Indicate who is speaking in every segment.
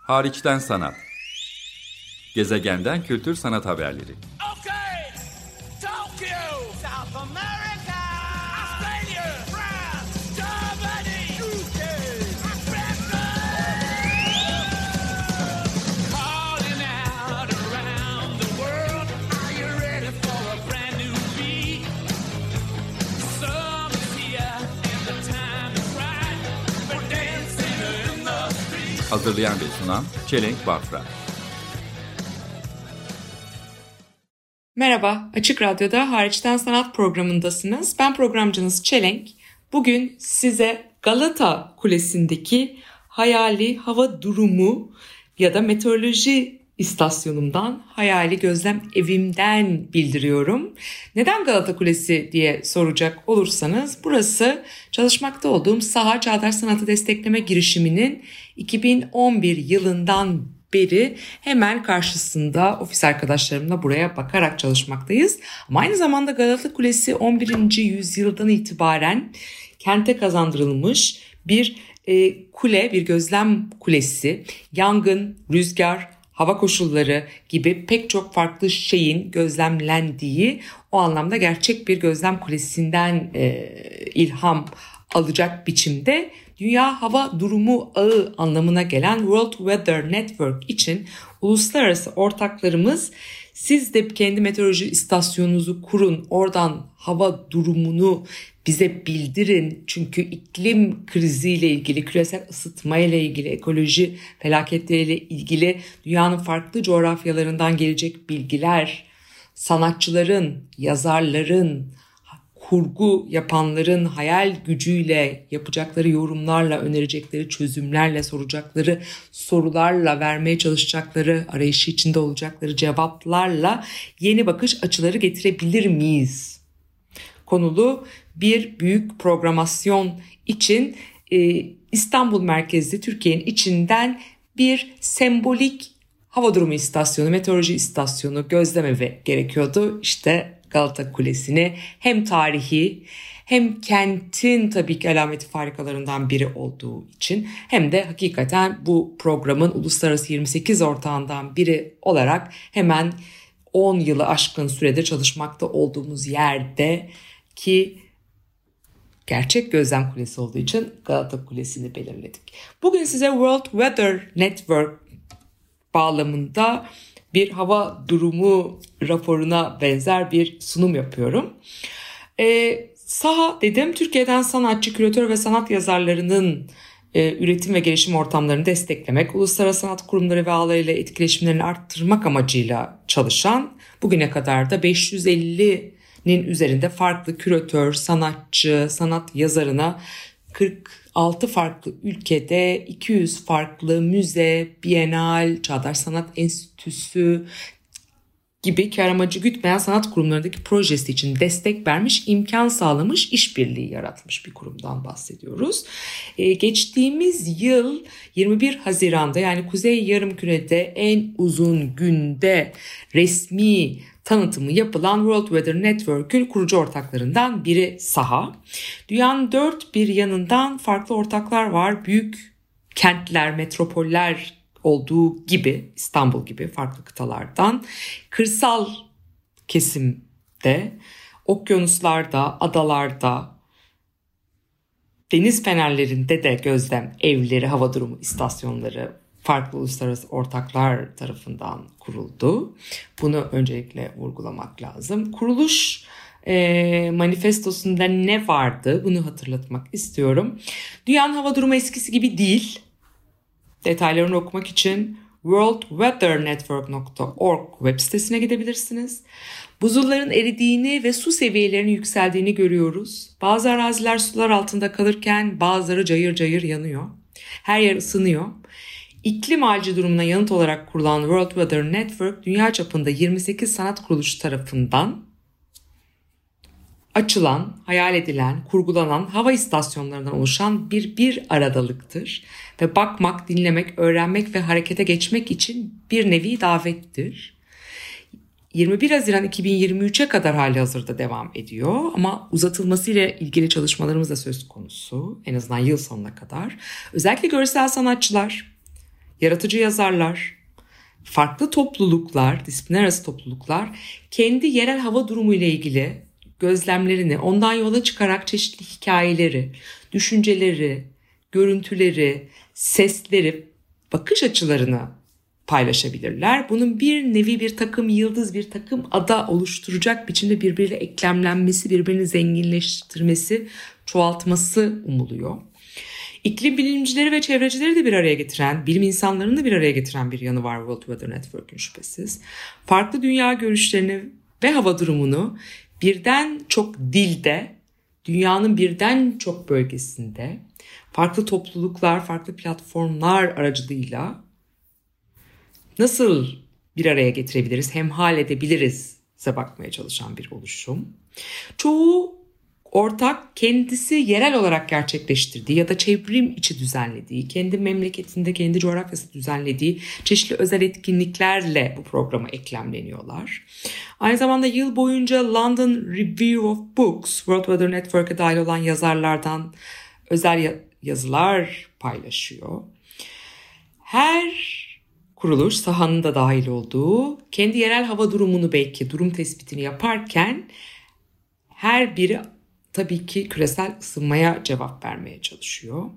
Speaker 1: Hariçten sanat. Gezegenden kültür sanat haberleri.
Speaker 2: Okay, Tokyo, South America, Australia, France, Germany, UK, Africa. Calling out around the world. Are you ready for a brand new beat? Summer's here and the time is right. We're dancing in the street.
Speaker 1: Hazırlayan ve sunan Çelenk Bafra.
Speaker 3: Merhaba, Açık Radyo'da Hariçten Sanat programındasınız. Ben programcınız Çelenk. Bugün size Galata Kulesi'ndeki hayali hava durumu ya da meteoroloji istasyonumdan, hayali gözlem evimden bildiriyorum. Neden Galata Kulesi diye soracak olursanız, burası çalışmakta olduğum Saha Çağdaş Sanatı Destekleme girişiminin 2011 yılından beri hemen karşısında ofis arkadaşlarımla buraya bakarak çalışmaktayız. Ama aynı zamanda Galata Kulesi 11. yüzyıldan itibaren kente kazandırılmış bir kule, bir gözlem kulesi. Yangın, rüzgar, hava koşulları gibi pek çok farklı şeyin gözlemlendiği, o anlamda gerçek bir gözlem kulesinden ilham alacak biçimde Dünya Hava Durumu Ağı anlamına gelen World Weather Network için uluslararası ortaklarımız, siz de kendi meteoroloji istasyonunuzu kurun, oradan hava durumunu bize bildirin. Çünkü iklim kriziyle ilgili, küresel ısıtmayla ilgili, ekoloji felaketleriyle ilgili dünyanın farklı coğrafyalarından gelecek bilgiler, sanatçıların, yazarların, kurgu yapanların hayal gücüyle yapacakları yorumlarla, önerecekleri çözümlerle, soracakları sorularla, vermeye çalışacakları, arayışı içinde olacakları cevaplarla yeni bakış açıları getirebilir miyiz? Konulu bir büyük programasyon için İstanbul merkezli, Türkiye'nin içinden bir sembolik hava durumu istasyonu, meteoroloji istasyonu, gözlemevi gerekiyordu. İşte Galata Kulesi'ni hem tarihi hem kentin tabii ki alameti farikalarından biri olduğu için hem de hakikaten bu programın uluslararası 28 ortağından biri olarak hemen 10 yılı aşkın süredir çalışmakta olduğumuz yerde ki gerçek gözlem kulesi olduğu için Galata Kulesi'ni belirledik. Bugün size World Weather Network bağlamında bir hava durumu raporuna benzer bir sunum yapıyorum. Saha dedim, Türkiye'den sanatçı, küratör ve sanat yazarlarının üretim ve gelişim ortamlarını desteklemek, uluslararası sanat kurumları ve ağlarıyla etkileşimlerini arttırmak amacıyla çalışan, bugüne kadar da 550'nin üzerinde farklı küratör, sanatçı, sanat yazarına 46 farklı ülkede 200 farklı müze, bienal, Çağdaş Sanat Enstitüsü gibi kar amacı gütmeyen sanat kurumlarındaki projesi için destek vermiş, imkan sağlamış, işbirliği yaratmış bir kurumdan bahsediyoruz. Geçtiğimiz yıl 21 Haziran'da, yani Kuzey Yarımküre'de en uzun günde resmi tanıtımı yapılan World Weather Network'ün kurucu ortaklarından biri Saha. Dünyanın dört bir yanından farklı ortaklar var. Büyük kentler, metropoller olduğu gibi, İstanbul gibi farklı kıtalardan, kırsal kesimde, okyanuslarda, adalarda, deniz fenerlerinde de gözlem evleri, hava durumu istasyonları farklı uluslararası ortaklar tarafından kuruldu. Bunu öncelikle vurgulamak lazım. Kuruluş manifestosunda ne vardı? Bunu hatırlatmak istiyorum. Dünyanın hava durumu eskisi gibi değil. Detaylarını okumak için worldweathernetwork.org web sitesine gidebilirsiniz. Buzulların eridiğini ve su seviyelerinin yükseldiğini görüyoruz. Bazı araziler sular altında kalırken bazıları cayır cayır yanıyor. Her yer ısınıyor. İklim acil durumuna yanıt olarak kurulan World Weather Network, dünya çapında 28 sanat kuruluşu tarafından açılan, hayal edilen, kurgulanan hava istasyonlarından oluşan bir aradalıktır. Ve bakmak, dinlemek, öğrenmek ve harekete geçmek için bir nevi davettir. 21 Haziran 2023'e kadar halihazırda devam ediyor ama uzatılmasıyla ilgili çalışmalarımız da söz konusu, en azından yıl sonuna kadar. Özellikle görsel sanatçılar, yaratıcı yazarlar, farklı topluluklar, disiplinler arası topluluklar kendi yerel hava durumu ile ilgili gözlemlerini, ondan yola çıkarak çeşitli hikayeleri, düşünceleri, görüntüleri, sesleri, bakış açılarını paylaşabilirler. Bunun bir nevi bir takım yıldız, bir takım ada oluşturacak biçimde birbiriyle eklemlenmesi, birbirini zenginleştirmesi, çoğaltması umuluyor. İklim bilimcileri ve çevrecileri de bir araya getiren, bilim insanlarını da bir araya getiren bir yanı var World Weather Network'ün şüphesiz. Farklı dünya görüşlerini ve hava durumunu birden çok dilde, dünyanın birden çok bölgesinde, farklı topluluklar, farklı platformlar aracılığıyla nasıl bir araya getirebiliriz, hemhal edebiliriz'e bakmaya çalışan bir oluşum. Çoğu ortak kendisi yerel olarak gerçekleştirdiği ya da çevrim içi düzenlediği, kendi memleketinde, kendi coğrafyasında düzenlediği çeşitli özel etkinliklerle bu programa eklemleniyorlar. Aynı zamanda yıl boyunca London Review of Books, World Weather Network'e dahil olan yazarlardan özel yazılar paylaşıyor. Her kuruluş, sahanın da dahil olduğu, kendi yerel hava durumunu belki durum tespitini yaparken her biri tabii ki küresel ısınmaya cevap vermeye çalışıyor.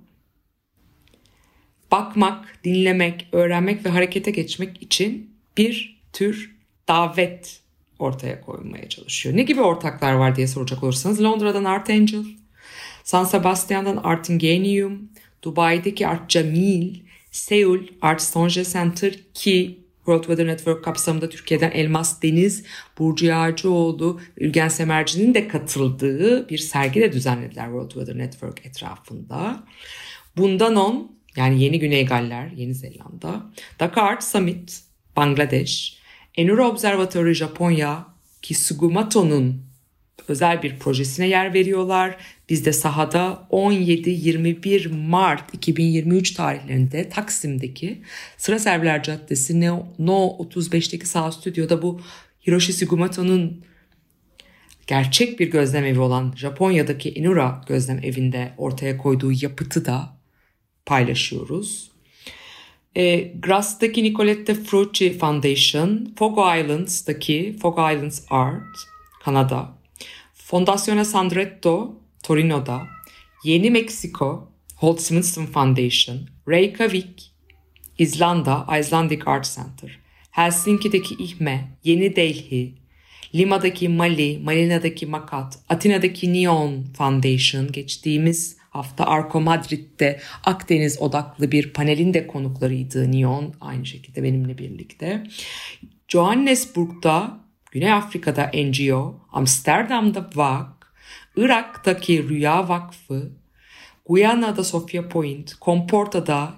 Speaker 3: Bakmak, dinlemek, öğrenmek ve harekete geçmek için bir tür davet ortaya koymaya çalışıyor. Ne gibi ortaklar var diye soracak olursanız Londra'dan Art Angel, San Sebastian'dan Art Ingenium, Dubai'deki Art Jamil, Seul Art Stonge Center ki World Weather Network kapsamında Türkiye'den Elmas Deniz, Burcu Yağcıoğlu, Ülgen Semerci'nin de katıldığı bir sergi de düzenlediler World Weather Network etrafında. Bundan on, yani Yeni Güney Galler, Yeni Zelanda, Dakar Art Summit, Bangladeş, Enura Observatory Japonya ki Sugimoto'nun özel bir projesine yer veriyorlar. Biz de sahada 17-21 Mart 2023 tarihlerinde Taksim'deki Sıra Serviler Caddesi No 35'teki sağ stüdyoda bu Hiroshi Sugimoto'nun gerçek bir gözlem evi olan Japonya'daki Enura gözlem evinde ortaya koyduğu yapıtı da paylaşıyoruz. Grass'taki Nicolette Frucci Foundation, Fogo Islands'taki Fogo Islands Art, Kanada, Fondazione Sandretto, Torino'da, Yeni Meksiko, Holt Simonson Foundation, Reykjavik, İzlanda, Icelandic Art Center, Helsinki'deki İHME, Yeni Delhi, Lima'daki Mali, Malina'daki Makat, Atina'daki Neon Foundation, geçtiğimiz hafta Arco Madrid'de Akdeniz odaklı bir panelin de konuklarıydı Neon, aynı şekilde benimle birlikte. Johannesburg'da, Güney Afrika'da NGO, Amsterdam'da VAK, Irak'taki Rüya Vakfı, Guyana'da Sofia Point, Comporta'da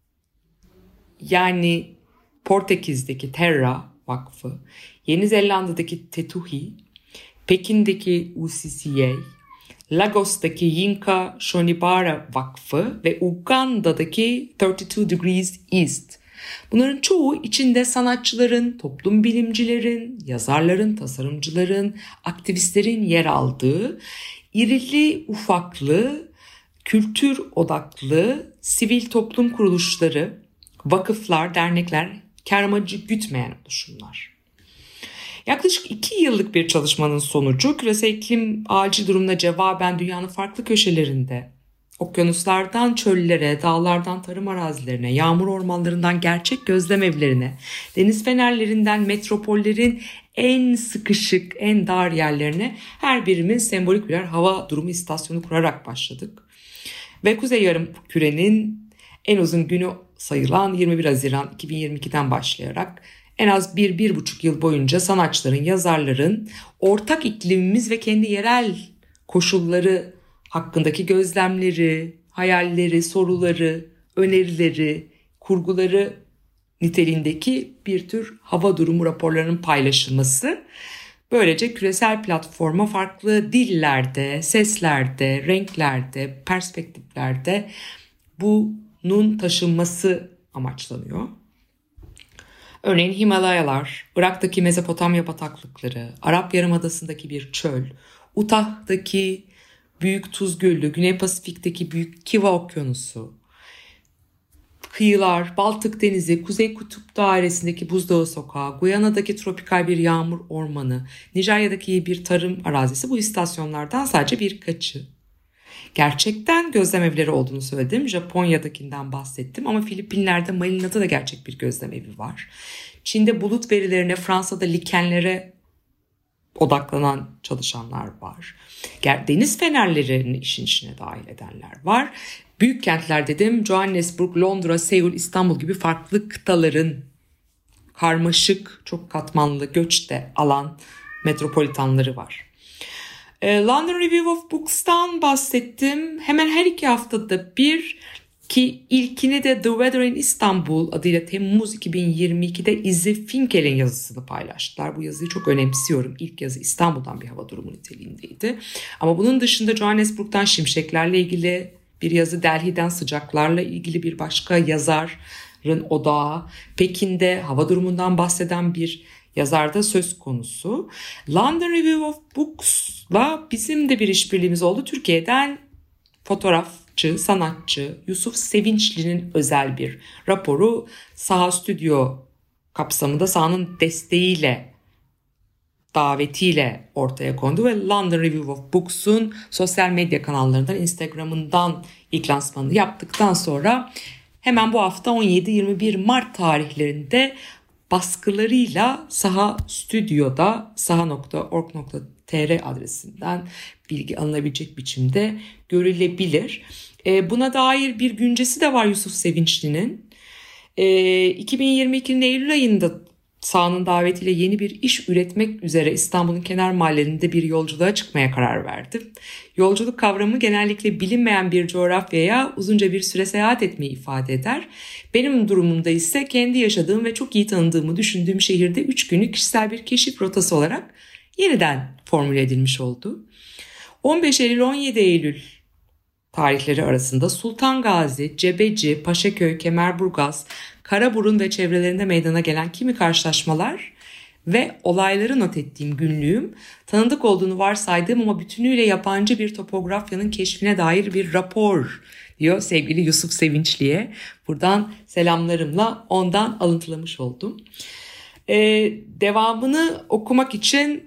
Speaker 3: yani Portekiz'deki Terra Vakfı, Yeni Zelanda'daki Tetuhi, Pekin'deki UCCA, Lagos'taki Yinka Shonibara Vakfı ve Uganda'daki 32 Degrees East. Bunların çoğu içinde sanatçıların, toplum bilimcilerin, yazarların, tasarımcıların, aktivistlerin yer aldığı, irili ufaklı, kültür odaklı, sivil toplum kuruluşları, vakıflar, dernekler, kar amacı gütmeyen oluşumlar. Yaklaşık 2 yıllık bir çalışmanın sonucu küresel iklim acil durumuna cevaben dünyanın farklı köşelerinde, okyanuslardan çöllere, dağlardan tarım arazilerine, yağmur ormanlarından gerçek gözlem evlerine, deniz fenerlerinden metropollerin en sıkışık, en dar yerlerine her birimiz sembolik birer hava durumu istasyonu kurarak başladık. Ve Kuzey Yarımküre'nin en uzun günü sayılan 21 Haziran 2022'den başlayarak en az 1-1,5 yıl boyunca sanatçıların, yazarların ortak iklimimiz ve kendi yerel koşulları hakkındaki gözlemleri, hayalleri, soruları, önerileri, kurguları niteliğindeki bir tür hava durumu raporlarının paylaşılması, böylece küresel platforma farklı dillerde, seslerde, renklerde, perspektiflerde bunun taşınması amaçlanıyor. Örneğin Himalayalar, Irak'taki Mezopotamya bataklıkları, Arap Yarımadası'ndaki bir çöl, Utah'taki Büyük Tuz Gölü, Güney Pasifik'teki Büyük Kiva Okyanusu, kıyılar, Baltık Denizi, Kuzey Kutup Dairesi'ndeki buzdağı sokağı, Guyana'daki tropikal bir yağmur ormanı, Nijerya'daki bir tarım arazisi bu istasyonlardan sadece birkaçı. Gerçekten gözlem evleri olduğunu söyledim. Japonya'dakinden bahsettim ama Filipinler'de Malina'da da gerçek bir gözlem evi var. Çin'de bulut verilerine, Fransa'da likenlere odaklanan çalışanlar var. Deniz fenerlerini işin içine dahil edenler var. Büyük kentler dedim, Johannesburg, Londra, Seul, İstanbul gibi farklı kıtaların karmaşık, çok katmanlı göçte alan metropolitanları var. London Review of Books'tan bahsettim. Hemen her 2 haftada bir, ki ilkini de The Weather in Istanbul adıyla Temmuz 2022'de İzzi Finkel'in yazısını paylaştılar. Bu yazıyı çok önemsiyorum. İlk yazı İstanbul'dan bir hava durumu niteliğindeydi. Ama bunun dışında Johannesburg'dan şimşeklerle ilgili bir yazı, Delhi'den sıcaklarla ilgili bir başka yazarın odağı, Pekin'de hava durumundan bahseden bir yazarda söz konusu. London Review of Books'la bizim de bir işbirliğimiz oldu. Türkiye'den fotoğrafçı, sanatçı Yusuf Sevinçli'nin özel bir raporu Saha Stüdyo kapsamında sahanın desteğiyle, davetiyle ortaya kondu ve London Review of Books'un sosyal medya kanallarından, Instagram'ından ilk lansmanını yaptıktan sonra hemen bu hafta 17-21 Mart tarihlerinde baskılarıyla Saha Stüdyo'da saha.org.tr adresinden bilgi alınabilecek biçimde görülebilir. Buna dair bir güncesi de var Yusuf Sevinçli'nin. 2022'nin Eylül ayında sahanın davetiyle yeni bir iş üretmek üzere İstanbul'un kenar mahallelerinde bir yolculuğa çıkmaya karar verdi. Yolculuk kavramı genellikle bilinmeyen bir coğrafyaya uzunca bir süre seyahat etmeyi ifade eder. Benim durumumda ise kendi yaşadığım ve çok iyi tanıdığımı düşündüğüm şehirde 3 günlük kişisel bir keşif rotası olarak yeniden formüle edilmiş oldu. 15 Eylül-17 Eylül tarihleri arasında Sultan Gazi, Cebeci, Paşaköy, Kemerburgaz, Karaburun ve çevrelerinde meydana gelen kimi karşılaşmalar ve olayları not ettiğim günlüğüm, tanıdık olduğunu varsaydığım ama bütünüyle yabancı bir topografyanın keşfine dair bir rapor diyor sevgili Yusuf Sevinçli'ye. Buradan selamlarımla ondan alıntılamış oldum. Devamını okumak için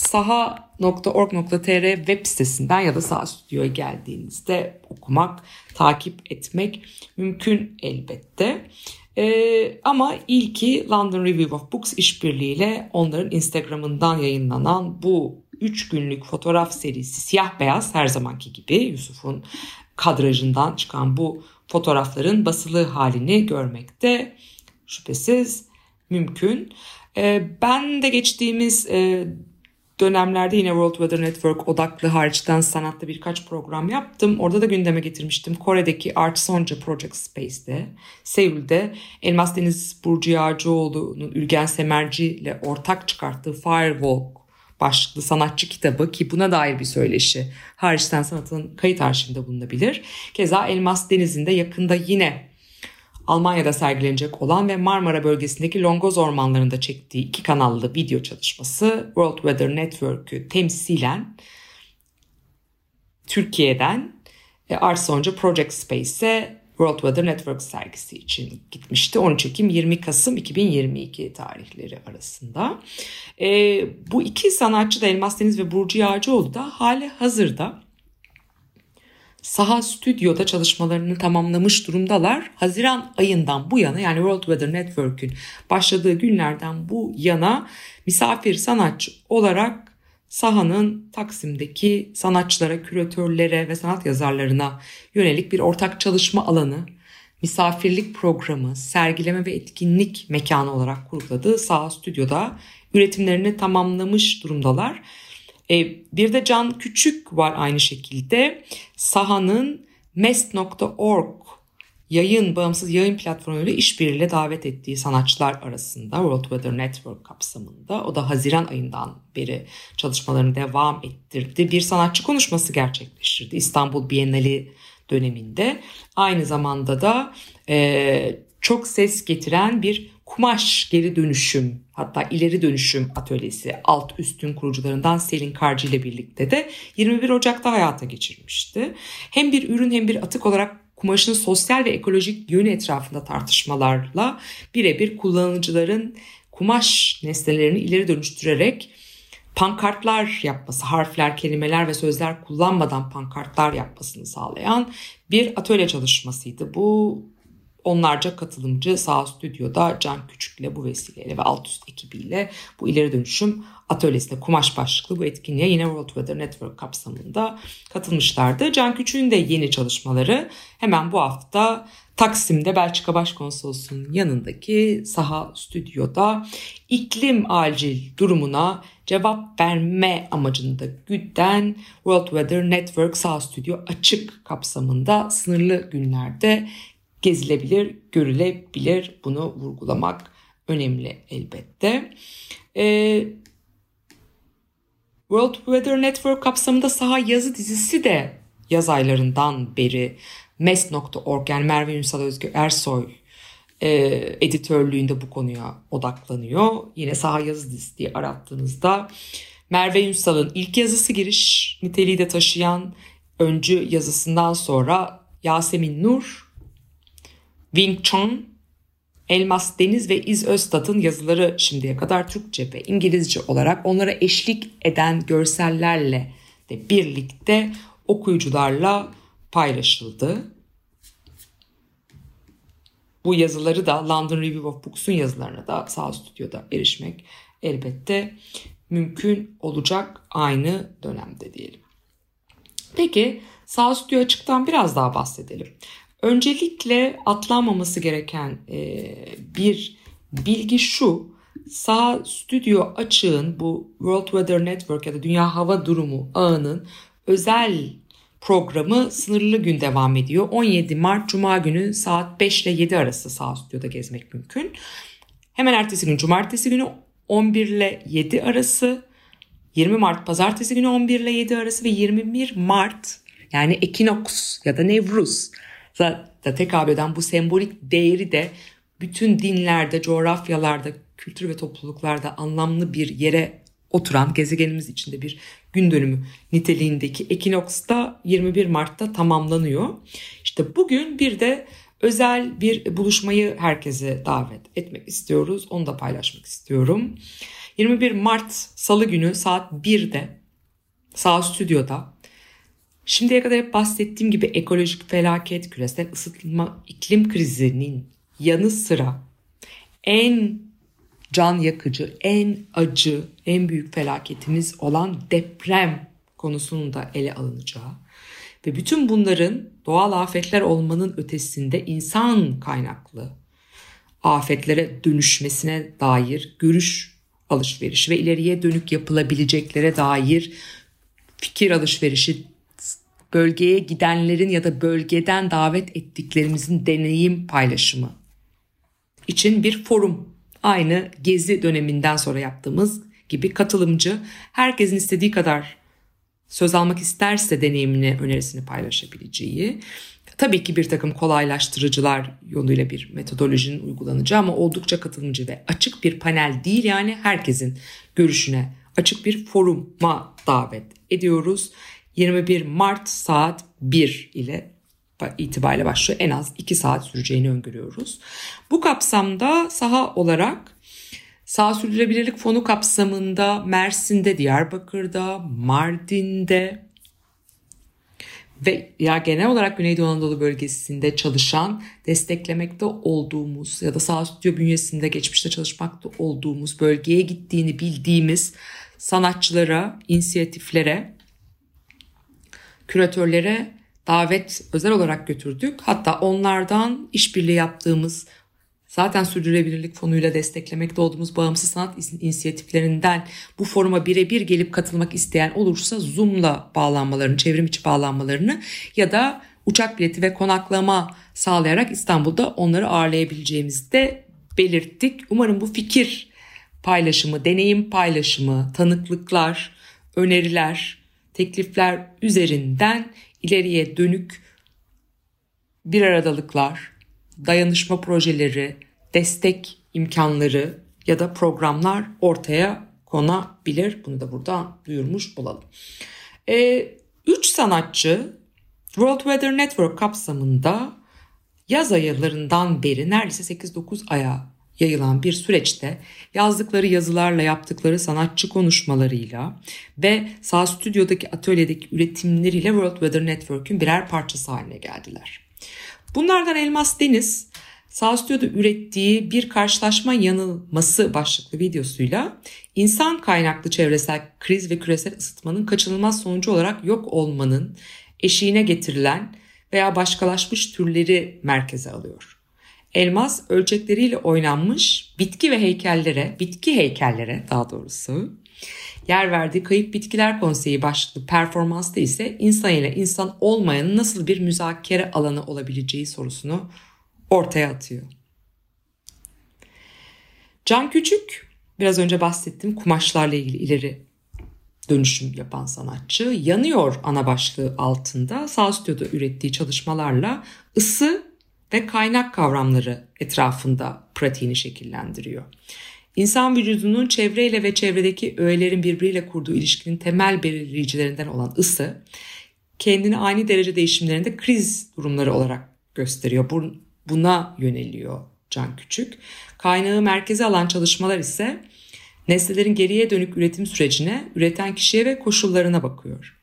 Speaker 3: saha.org.tr web sitesinden ya da Saha Stüdyo'ya geldiğinizde okumak, takip etmek mümkün elbette. Ama ilki London Review of Books işbirliğiyle onların Instagram'ından yayınlanan bu 3 günlük fotoğraf serisi, siyah beyaz her zamanki gibi Yusuf'un kadrajından çıkan bu fotoğrafların basılı halini görmekte şüphesiz mümkün. Ben de geçtiğimiz dönemlerde yine World Weather Network odaklı hariçten sanatlı birkaç program yaptım. Orada da gündeme getirmiştim. Kore'deki Art Sonja Project Space'de, Seul'de Elmas Deniz Burcu Yağcıoğlu'nun Ülgen Semerci ile ortak çıkarttığı Firewalk başlıklı sanatçı kitabı, ki buna dair bir söyleşi hariçten sanatın kayıt arşivinde bulunabilir. Keza Elmas Denizi'nde yakında yine Almanya'da sergilenecek olan ve Marmara bölgesindeki Longoz ormanlarında çektiği 2 kanallı video çalışması World Weather Network'ü temsilen Türkiye'den Art Sonja Project Space'e World Weather Network sergisi için gitmişti. 13 Ekim 20 Kasım 2022 tarihleri arasında. Bu 2 sanatçı da Elmas Deniz ve Burcu Yağcıoğlu da hali hazırda Saha Stüdyo'da çalışmalarını tamamlamış durumdalar. Haziran ayından bu yana, yani World Weather Network'ün başladığı günlerden bu yana misafir sanatçı olarak sahanın Taksim'deki sanatçılara, küratörlere ve sanat yazarlarına yönelik bir ortak çalışma alanı, misafirlik programı, sergileme ve etkinlik mekanı olarak kurguladığı Saha Stüdyo'da üretimlerini tamamlamış durumdalar. Bir de Can Küçük var aynı şekilde. Saha'nın mest.org bağımsız yayın platformuyla işbirliğiyle davet ettiği sanatçılar arasında World Weather Network kapsamında. O da Haziran ayından beri çalışmalarını devam ettirdi. Bir sanatçı konuşması gerçekleştirdi İstanbul Bienali döneminde. Aynı zamanda da çok ses getiren bir kumaş geri dönüşüm, hatta ileri dönüşüm atölyesi alt üstün kurucularından Selin Karcı ile birlikte de 21 Ocak'ta hayata geçirmişti. Hem bir ürün hem bir atık olarak kumaşın sosyal ve ekolojik yönü etrafında tartışmalarla birebir kullanıcıların kumaş nesnelerini ileri dönüştürerek pankartlar yapması, harfler, kelimeler ve sözler kullanmadan pankartlar yapmasını sağlayan bir atölye çalışmasıydı. Bu onlarca katılımcı Sağ Stüdyo'da Can Küçük'le bu vesileyle ve Altüst ekibiyle bu ileri dönüşüm atölyesinde kumaş başlıklı bu etkinliğe yine World Weather Network kapsamında katılmışlardı. Can Küçük'ün de yeni çalışmaları hemen bu hafta Taksim'de Belçika Başkonsolosluğu'nun yanındaki Saha Stüdyo'da iklim acil durumuna cevap verme amacında güden World Weather Network Saha Stüdyo açık kapsamında sınırlı günlerde gezilebilir, görülebilir. Bunu vurgulamak önemli elbette. World Weather Network kapsamında Saha yazı dizisi de yaz aylarından beri mes.org yani Merve Ünsal Özgü Ersoy editörlüğünde bu konuya odaklanıyor. Yine Saha yazı dizisi diye arattığınızda Merve Ünsal'ın ilk yazısı giriş niteliği de taşıyan öncü yazısından sonra Yasemin Nur, Wing Chun, Elmas Deniz ve İz Öztat'ın yazıları şimdiye kadar Türkçe ve İngilizce olarak onlara eşlik eden görsellerle de birlikte okuyucularla paylaşıldı. Bu yazıları da London Review of Books'un yazılarına da Sağ Stüdyo'da erişmek elbette mümkün olacak aynı dönemde diyelim. Peki Sağ Stüdyo Açık'tan biraz daha bahsedelim. Öncelikle atlanmaması gereken bir bilgi şu. Sağ Stüdyo Açık'ın bu World Weather Network ya da Dünya Hava Durumu ağının özel programı sınırlı gün devam ediyor. 17 Mart Cuma günü saat 5 ile 7 arası Sağ Stüdyo'da gezmek mümkün. Hemen ertesi gün Cumartesi günü 11 ile 7 arası, 20 Mart Pazartesi günü 11 ile 7 arası ve 21 Mart yani Ekinoks ya da Nevruz da tekabül eden bu sembolik değeri de bütün dinlerde, coğrafyalarda, kültür ve topluluklarda anlamlı bir yere oturan gezegenimiz içinde bir gün dönümü niteliğindeki ekinoks da 21 Mart'ta tamamlanıyor. İşte bugün bir de özel bir buluşmayı herkese davet etmek istiyoruz. Onu da paylaşmak istiyorum. 21 Mart Salı günü saat 1'de Sağ Stüdyo'da şimdiye kadar hep bahsettiğim gibi ekolojik felaket, küresel ısıtma, iklim krizinin yanı sıra en can yakıcı, en acı, en büyük felaketimiz olan deprem konusunun da ele alınacağı ve bütün bunların doğal afetler olmanın ötesinde insan kaynaklı afetlere dönüşmesine dair görüş alışverişi ve ileriye dönük yapılabileceklere dair fikir alışverişi, bölgeye gidenlerin ya da bölgeden davet ettiklerimizin deneyim paylaşımı için bir forum. Aynı gezi döneminden sonra yaptığımız gibi katılımcı herkesin istediği kadar söz almak isterse deneyimini, önerisini paylaşabileceği, tabii ki bir takım kolaylaştırıcılar yoluyla bir metodolojinin uygulanacağı ama oldukça katılımcı ve açık bir panel değil, yani herkesin görüşüne açık bir foruma davet ediyoruz. 21 Mart saat 1 ile itibariyle başlıyor. En az 2 saat süreceğini öngörüyoruz. Bu kapsamda saha olarak Sağ Sürdürülebilirlik Fonu kapsamında Mersin'de, Diyarbakır'da, Mardin'de ve ya genel olarak Güneydoğu Anadolu bölgesinde çalışan, desteklemekte olduğumuz ya da Sağ Stüdyo bünyesinde geçmişte çalışmakta olduğumuz, bölgeye gittiğini bildiğimiz sanatçılara, inisiyatiflere, küratörlere davet özel olarak götürdük. Hatta onlardan işbirliği yaptığımız, zaten Sürdürülebilirlik Fonu'yla desteklemekte olduğumuz bağımsız sanat inisiyatiflerinden bu foruma birebir gelip katılmak isteyen olursa Zoom'la bağlanmalarını, çevrim içi bağlanmalarını ya da uçak bileti ve konaklama sağlayarak İstanbul'da onları ağırlayabileceğimizi de belirttik. Umarım bu fikir paylaşımı, deneyim paylaşımı, tanıklıklar, öneriler, teklifler üzerinden ileriye dönük bir aradalıklar, dayanışma projeleri, destek imkanları ya da programlar ortaya konabilir. Bunu da buradan duyurmuş olalım. 3 sanatçı World Weather Network kapsamında yaz aylarından beri neredeyse 8-9 aya yayılan bir süreçte yazdıkları yazılarla, yaptıkları sanatçı konuşmalarıyla ve Sağ Stüdyo'daki atölyedeki üretimleriyle World Weather Network'ün birer parçası haline geldiler. Bunlardan Elmas Deniz, Sağ Stüdyo'da ürettiği Bir Karşılaşma Yanılması başlıklı videosuyla insan kaynaklı çevresel kriz ve küresel ısıtmanın kaçınılmaz sonucu olarak yok olmanın eşiğine getirilen veya başkalaşmış türleri merkeze alıyor. Elmas ölçekleriyle oynanmış bitki heykellere daha doğrusu yer verdiği Kayıp Bitkiler Konseyi başlıklı performansta ise insan ile insan olmayanın nasıl bir müzakere alanı olabileceği sorusunu ortaya atıyor. Can Küçük, biraz önce bahsettiğim kumaşlarla ilgili ileri dönüşüm yapan sanatçı, Yanıyor ana başlığı altında Sağ Stüdyo'da ürettiği çalışmalarla ısı ve kaynak kavramları etrafında pratiğini şekillendiriyor. İnsan vücudunun çevreyle ve çevredeki öğelerin birbiriyle kurduğu ilişkinin temel belirleyicilerinden olan ısı, kendini ani derece değişimlerinde kriz durumları olarak gösteriyor. Buna yöneliyor Can Küçük. Kaynağı merkeze alan çalışmalar ise nesnelerin geriye dönük üretim sürecine, üreten kişiye ve koşullarına bakıyor.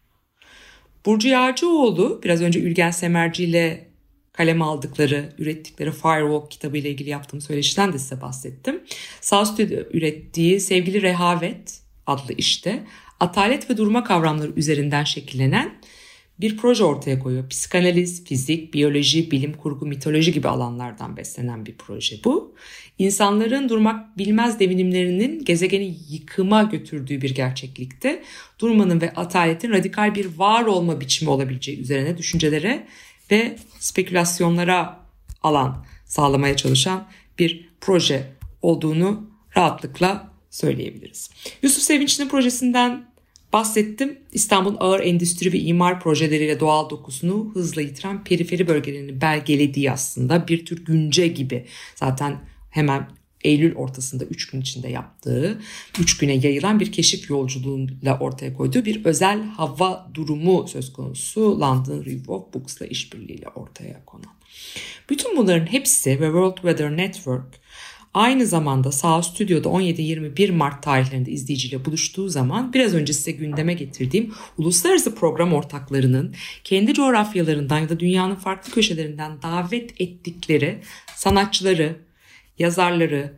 Speaker 3: Burcu Yağcıoğlu, biraz önce Ülgen Semerci ile kaleme aldıkları, ürettikleri Firewalk kitabı ile ilgili yaptığım söyleşiden de size bahsettim. Sağ Stüdyo ürettiği Sevgili Rehavet adlı işte atalet ve durma kavramları üzerinden şekillenen bir proje ortaya koyuyor. Psikanaliz, fizik, biyoloji, bilim kurgu, mitoloji gibi alanlardan beslenen bir proje bu. İnsanların durmak bilmez devinimlerinin gezegeni yıkıma götürdüğü bir gerçeklikte durmanın ve ataletin radikal bir var olma biçimi olabileceği üzerine düşüncelere ve spekülasyonlara alan sağlamaya çalışan bir proje olduğunu rahatlıkla söyleyebiliriz. Yusuf Sevinç'in projesinden bahsettim. İstanbul'un ağır endüstri ve imar projeleriyle doğal dokusunu hızla yitiren periferi bölgelerini belgelediği aslında bir tür günce gibi. Zaten hemen Eylül ortasında 3 gün içinde yaptığı, 3 güne yayılan bir keşif yolculuğuyla ortaya koyduğu bir özel hava durumu söz konusu London Review of Books'la işbirliğiyle ortaya konan. Bütün bunların hepsi ve World Weather Network aynı zamanda Sağ Stüdyo'da 17-21 Mart tarihlerinde izleyiciyle buluştuğu zaman biraz önce size gündeme getirdiğim uluslararası program ortaklarının kendi coğrafyalarından ya da dünyanın farklı köşelerinden davet ettikleri sanatçıları, yazarları,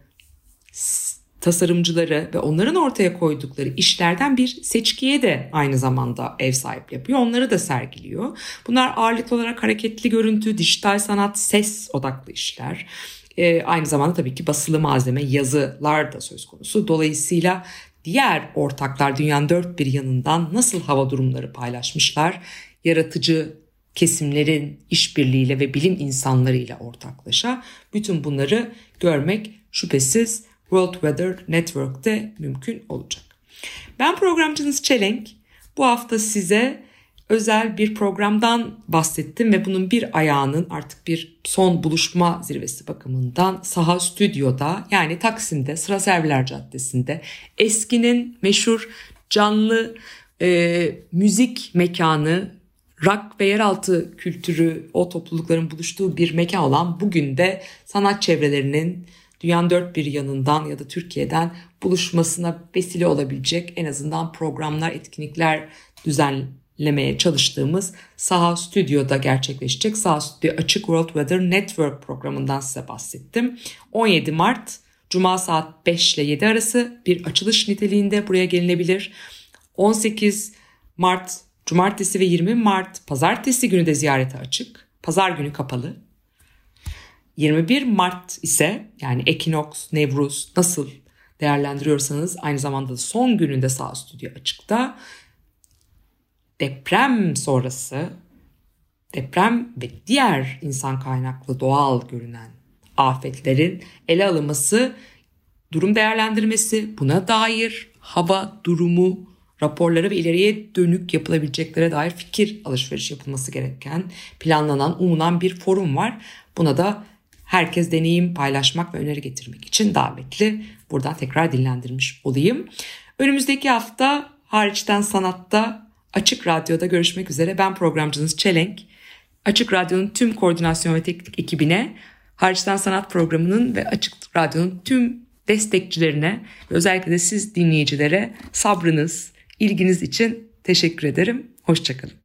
Speaker 3: tasarımcıları ve onların ortaya koydukları işlerden bir seçkiye de aynı zamanda ev sahipliği yapıyor. Onları da sergiliyor. Bunlar ağırlıklı olarak hareketli görüntü, dijital sanat, ses odaklı işler. Aynı zamanda tabii ki basılı malzeme, yazılar da söz konusu. Dolayısıyla diğer ortaklar dünyanın dört bir yanından nasıl hava durumları paylaşmışlar, yaratıcı kesimlerin işbirliğiyle ve bilim insanlarıyla ortaklaşa bütün bunları görmek şüphesiz World Weather Network'te mümkün olacak. Ben programcınız Çelenk. Bu hafta size özel bir programdan bahsettim ve bunun bir ayağının artık bir son buluşma zirvesi bakımından Saha Stüdyo'da, yani Taksim'de Sıra Serviler Caddesi'nde eskinin meşhur canlı müzik mekanı, rock ve yeraltı kültürü, o toplulukların buluştuğu bir mekan olan bugün de sanat çevrelerinin dünyanın dört bir yanından ya da Türkiye'den buluşmasına vesile olabilecek en azından programlar, etkinlikler düzenlemeye çalıştığımız Saha Stüdyo'da gerçekleşecek. Saha Stüdyo Açık World Weather Network programından size bahsettim. 17 Mart Cuma saat 5 ile 7 arası bir açılış niteliğinde buraya gelinebilir. 18 Mart Cumartesi ve 20 Mart Pazartesi günü de ziyarete açık. Pazar günü kapalı. 21 Mart ise, yani Ekinoks, Nevruz nasıl değerlendiriyorsanız aynı zamanda son gününde Saha Stüdyo açıkta. Deprem sonrası, deprem ve diğer insan kaynaklı doğal görünen afetlerin ele alınması, durum değerlendirmesi, buna dair hava durumu raporları ve ileriye dönük yapılabileceklere dair fikir alışverişi yapılması gereken, planlanan, umulan bir forum var. Buna da herkes deneyim paylaşmak ve öneri getirmek için davetli. Buradan tekrar dillendirmiş olayım. Önümüzdeki hafta Hariçten Sanat'ta Açık Radyo'da görüşmek üzere. Ben programcınız Çelenk. Açık Radyo'nun tüm koordinasyon ve teknik ekibine, Hariçten Sanat programının ve Açık Radyo'nun tüm destekçilerine ve özellikle de siz dinleyicilere sabrınız, ilginiz için teşekkür ederim. Hoşça kalın.